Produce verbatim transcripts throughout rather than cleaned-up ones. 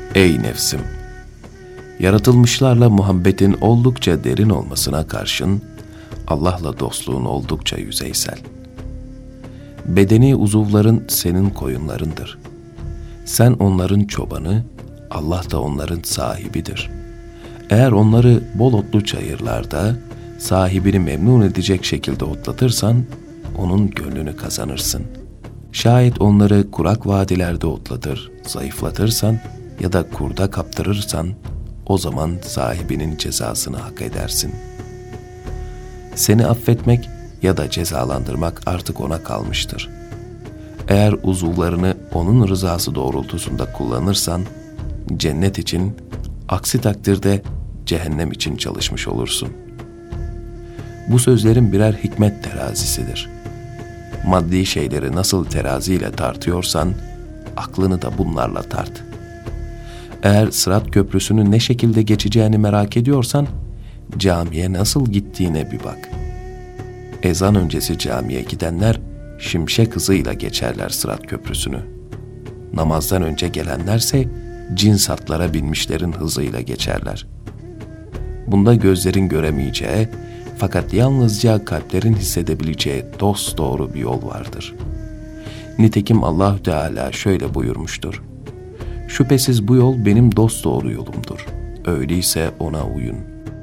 Ey nefsim! Yaratılmışlarla muhabbetin oldukça derin olmasına karşın, Allah'la dostluğun oldukça yüzeysel. Bedeni uzuvların senin koyunlarındır. Sen onların çobanı, Allah da onların sahibidir. Eğer onları bol otlu çayırlarda, sahibini memnun edecek şekilde otlatırsan, onun gönlünü kazanırsın. Şayet onları kurak vadilerde otlatır, zayıflatırsan ya da kurda kaptırırsan, o zaman sahibinin cezasını hak edersin. Seni affetmek ya da cezalandırmak artık ona kalmıştır. Eğer uzuvlarını onun rızası doğrultusunda kullanırsan, cennet için, aksi takdirde cehennem için çalışmış olursun. Bu sözlerin birer hikmet terazisidir. Maddi şeyleri nasıl teraziyle tartıyorsan, aklını da bunlarla tart. Eğer Sırat Köprüsü'nün ne şekilde geçeceğini merak ediyorsan, camiye nasıl gittiğine bir bak. Ezan öncesi camiye gidenler, şimşek hızıyla geçerler Sırat Köprüsü'nü. Namazdan önce gelenlerse, cins atlara binmişlerin hızıyla geçerler. Bunda gözlerin göremeyeceği, fakat yalnızca kalplerin hissedebileceği dosdoğru bir yol vardır. Nitekim Allahü Teala şöyle buyurmuştur: şüphesiz bu yol benim dosdoğru yolumdur. Öyleyse ona uyun.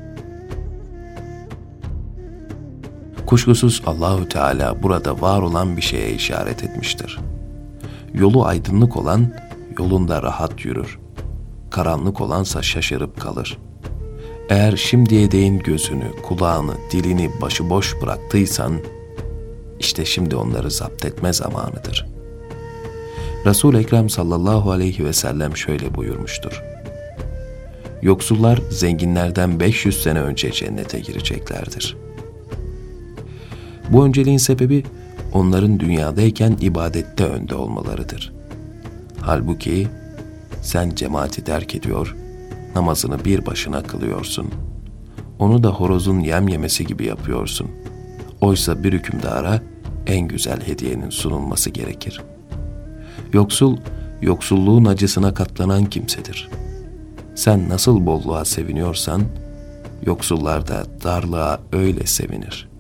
Kuşkusuz Allahü Teala burada var olan bir şeye işaret etmiştir. Yolu aydınlık olan yolunda rahat yürür. Karanlık olansa şaşırıp kalır. Eğer şimdiye değin gözünü, kulağını, dilini başıboş bıraktıysan, işte şimdi onları zapt etme zamanıdır. Resul-i Ekrem sallallahu aleyhi ve sellem şöyle buyurmuştur: yoksullar zenginlerden beş yüz sene önce cennete gireceklerdir. Bu önceliğin sebebi onların dünyadayken ibadette önde olmalarıdır. Halbuki sen cemaati terk ediyor, namazını bir başına kılıyorsun. Onu da horozun yem yemesi gibi yapıyorsun. Oysa bir hükümdara en güzel hediyenin sunulması gerekir. Yoksul, yoksulluğun acısına katlanan kimsedir. Sen nasıl bolluğa seviniyorsan, yoksullar da darlığa öyle sevinir.